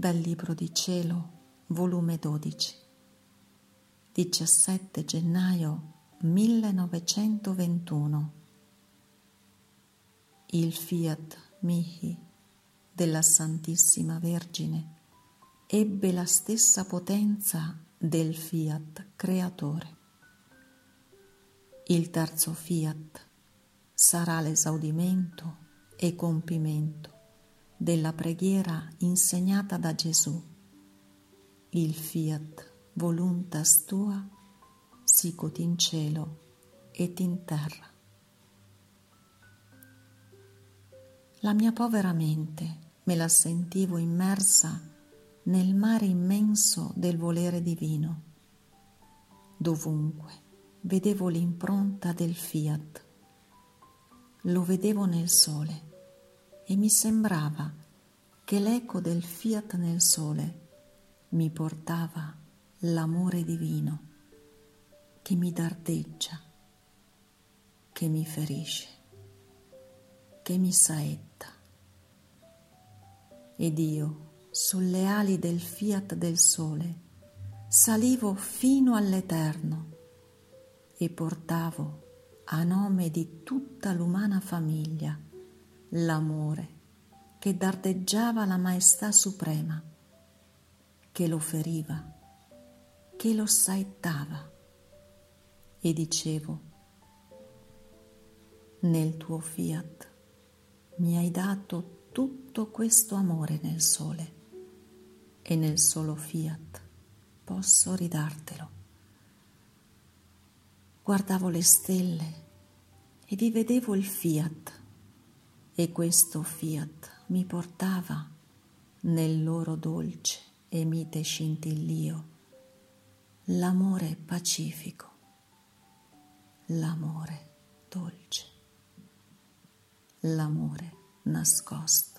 Dal Libro di Cielo, volume 12, 17 gennaio 1921. Il Fiat Mihi della Santissima Vergine ebbe la stessa potenza del Fiat Creatore. Il terzo Fiat sarà l'esaudimento e compimento della preghiera insegnata da Gesù. Il Fiat voluntas tua sicut in cielo et in terra. La mia povera mente me la sentivo immersa nel mare immenso del volere divino. Dovunque vedevo l'impronta del Fiat, lo vedevo nel sole e mi sembrava che l'eco del Fiat nel sole mi portava l'amore divino che mi dardeggia, che mi ferisce, che mi saetta. Ed io, sulle ali del Fiat del sole, salivo fino all'Eterno e portavo a nome di tutta l'umana famiglia l'amore che dardeggiava la maestà suprema, che lo feriva, che lo saettava, e dicevo: nel tuo Fiat mi hai dato tutto questo amore nel sole, e nel solo Fiat posso ridartelo. Guardavo le stelle e vi vedevo il Fiat, e questo Fiat mi portava nel loro dolce e mite scintillio l'amore pacifico, l'amore dolce, l'amore nascosto,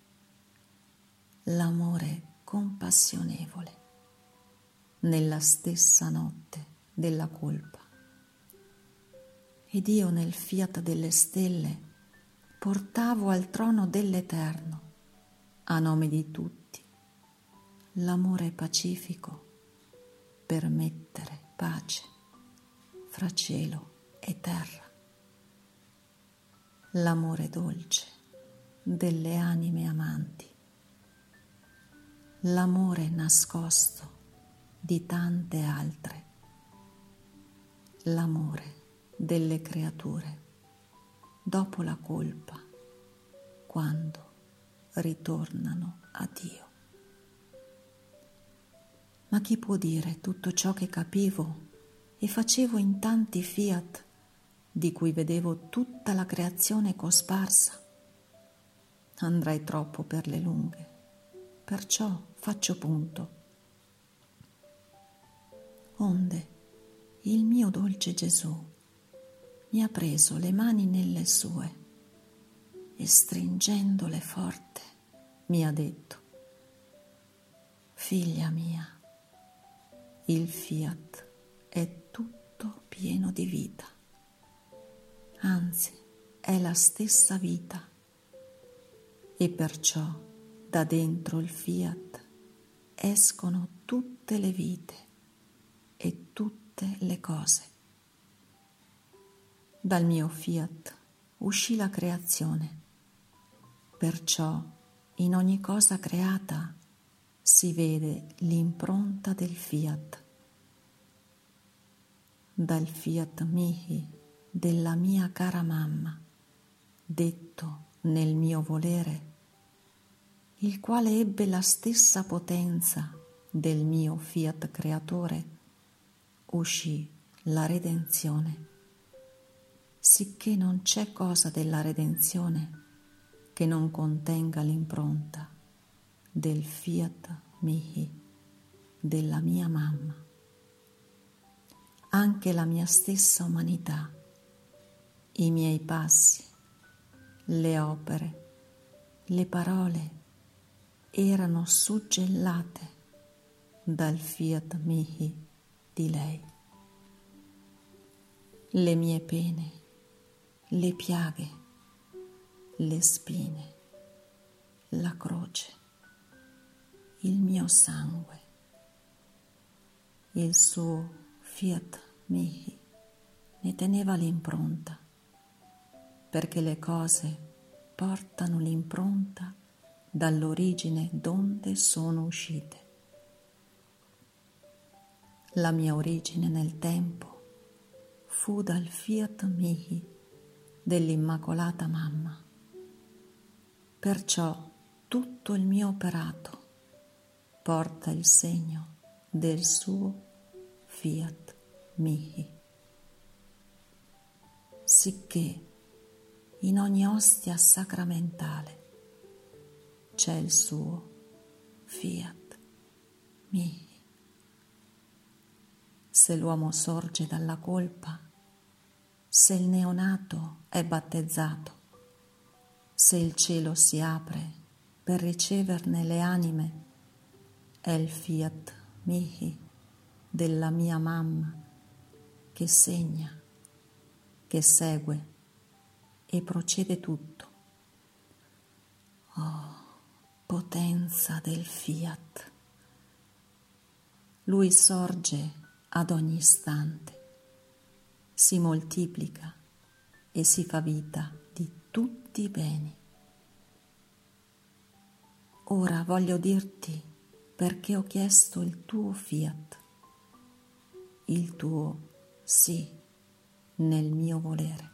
l'amore compassionevole nella stessa notte della colpa. Ed io nel Fiat delle stelle portavo al trono dell'Eterno, a nome di tutti, l'amore pacifico per mettere pace fra cielo e terra, l'amore dolce delle anime amanti, l'amore nascosto di tante altre, l'amore delle creature dopo la colpa, quando ritornano a Dio. Ma chi può dire tutto ciò che capivo e facevo in tanti Fiat di cui vedevo tutta la creazione cosparsa? Andrai troppo per le lunghe, perciò faccio punto. Onde il mio dolce Gesù mi ha preso le mani nelle sue e stringendole forte mi ha detto: figlia mia, il Fiat è tutto pieno di vita, anzi è la stessa vita, e perciò da dentro il Fiat escono tutte le vite e tutte le cose. Dal mio Fiat uscì la creazione, perciò in ogni cosa creata si vede l'impronta del Fiat. Dal Fiat Mihi della mia cara mamma, detto nel mio volere, il quale ebbe la stessa potenza del mio Fiat Creatore, uscì la redenzione, sicché non c'è cosa della redenzione che non contenga l'impronta del Fiat Mihi della mia mamma. Anche la mia stessa umanità, i miei passi, le opere, le parole erano suggellate dal Fiat Mihi di lei. Le mie pene, le piaghe, le spine, la croce, il mio sangue, il suo Fiat Mihi ne teneva l'impronta, perché le cose portano l'impronta dall'origine donde sono uscite. La mia origine nel tempo fu dal Fiat Mihi dell'Immacolata Mamma. Perciò tutto il mio operato porta il segno del suo Fiat Mihi, sicché in ogni ostia sacramentale c'è il suo Fiat Mihi. Se l'uomo sorge dalla colpa, se il neonato è battezzato, se il cielo si apre per riceverne le anime, è il Fiat Mihi della mia mamma che segna, che segue e procede tutto. Oh, potenza del Fiat! Lui sorge ad ogni istante, si moltiplica e si fa vita di tutti i beni. Ora voglio dirti perché ho chiesto il tuo Fiat, il tuo sì nel mio volere.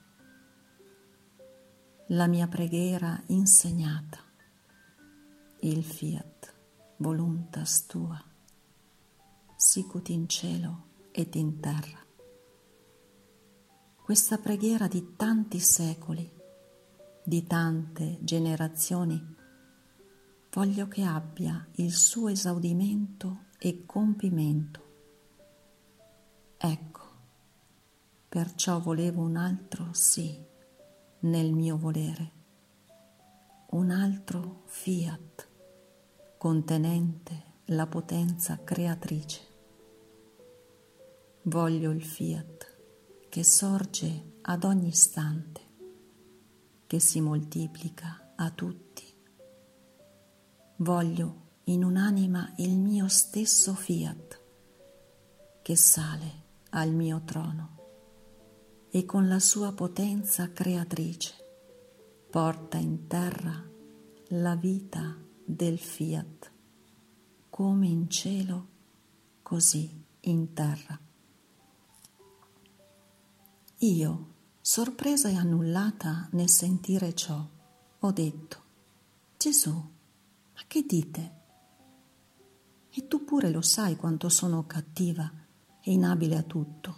La mia preghiera insegnata, il Fiat voluntas tua, sicut in cielo ed in terra. Questa preghiera di tanti secoli, di tante generazioni, voglio che abbia il suo esaudimento e compimento. Ecco, perciò volevo un altro sì nel mio volere, un altro Fiat contenente la potenza creatrice. Voglio il Fiat che sorge ad ogni istante, che si moltiplica a tutti. Voglio in un'anima il mio stesso Fiat che sale al mio trono e con la sua potenza creatrice porta in terra la vita del Fiat, come in cielo, così in terra. Io, sorpresa e annullata nel sentire ciò, ho detto: Gesù, ma che dite? E tu pure lo sai quanto sono cattiva e inabile a tutto.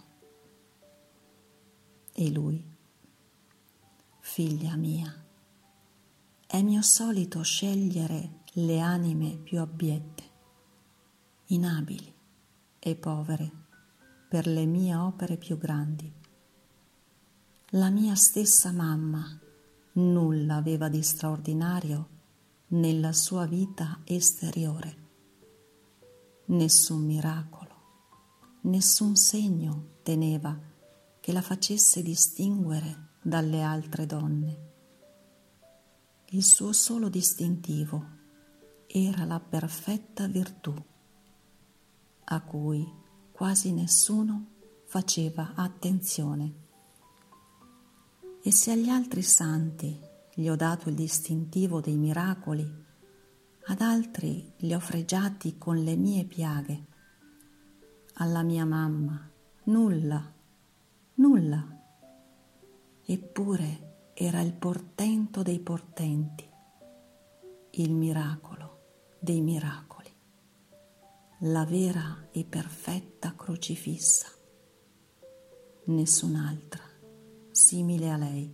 E lui: figlia mia, è mio solito scegliere le anime più abbiette, inabili e povere per le mie opere più grandi. La mia stessa mamma nulla aveva di straordinario nella sua vita esteriore. Nessun miracolo, nessun segno teneva che la facesse distinguere dalle altre donne. Il suo solo distintivo era la perfetta virtù, a cui quasi nessuno faceva attenzione. E se agli altri santi gli ho dato il distintivo dei miracoli, ad altri li ho fregiati con le mie piaghe, alla mia mamma nulla. Eppure era il portento dei portenti, il miracolo dei miracoli, la vera e perfetta crocifissa, nessun'altra simile a lei.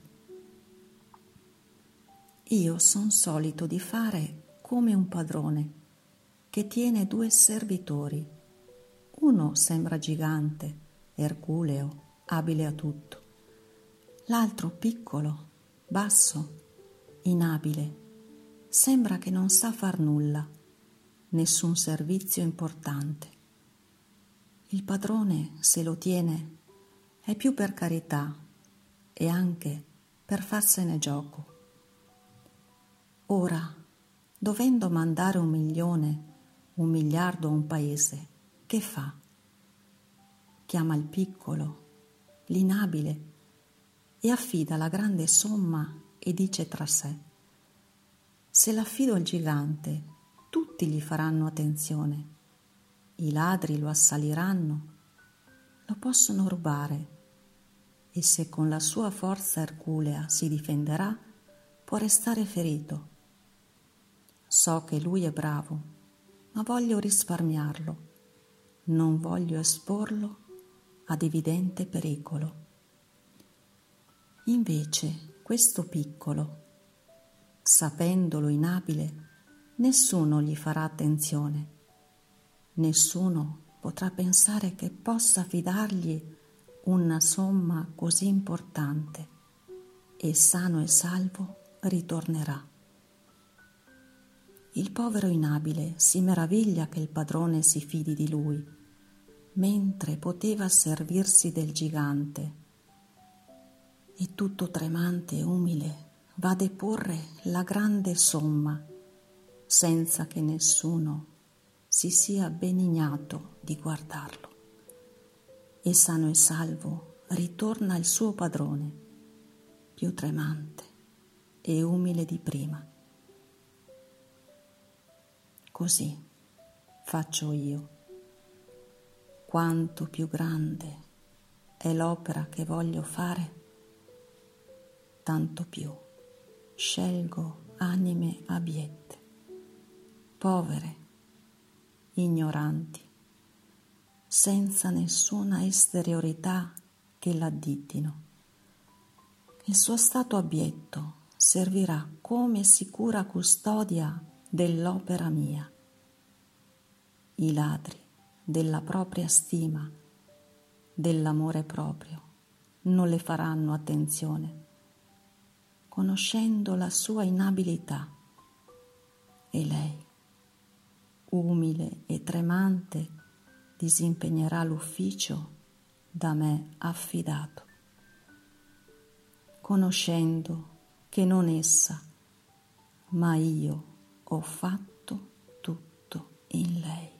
Io son solito di fare come un padrone che tiene 2 servitori. Uno sembra gigante, erculeo, abile a tutto. L'altro piccolo, basso, inabile, sembra che non sa far nulla, nessun servizio importante. Il padrone, se lo tiene, è più per carità e anche per farsene gioco. Ora, dovendo mandare 1 milione 1 miliardo a un paese, che fa? Chiama il piccolo, l'inabile, e affida la grande somma e dice tra sé: se l'affido al gigante, tutti gli faranno attenzione, i ladri lo assaliranno, lo possono rubare, e se con la sua forza erculea si difenderà, può restare ferito. So che lui è bravo, ma voglio risparmiarlo, non voglio esporlo ad evidente pericolo. Invece questo piccolo, sapendolo inabile, nessuno gli farà attenzione, nessuno potrà pensare che possa fidargli una somma così importante, e sano e salvo ritornerà. Il povero inabile si meraviglia che il padrone si fidi di lui, mentre poteva servirsi del gigante, e tutto tremante e umile va a deporre la grande somma, senza che nessuno si sia benignato di guardarlo. E sano e salvo ritorna il suo padrone, più tremante e umile di prima. Così faccio io. Quanto più grande è l'opera che voglio fare, tanto più scelgo anime abiette, povere, ignoranti, senza nessuna esteriorità che l'addittino. Il suo stato abietto servirà come sicura custodia dell'opera mia. I ladri della propria stima, dell'amore proprio, non le faranno attenzione, conoscendo la sua inabilità, e lei, umile e tremante, disimpegnerà l'ufficio da me affidato, conoscendo che non essa, ma io ho fatto tutto in lei.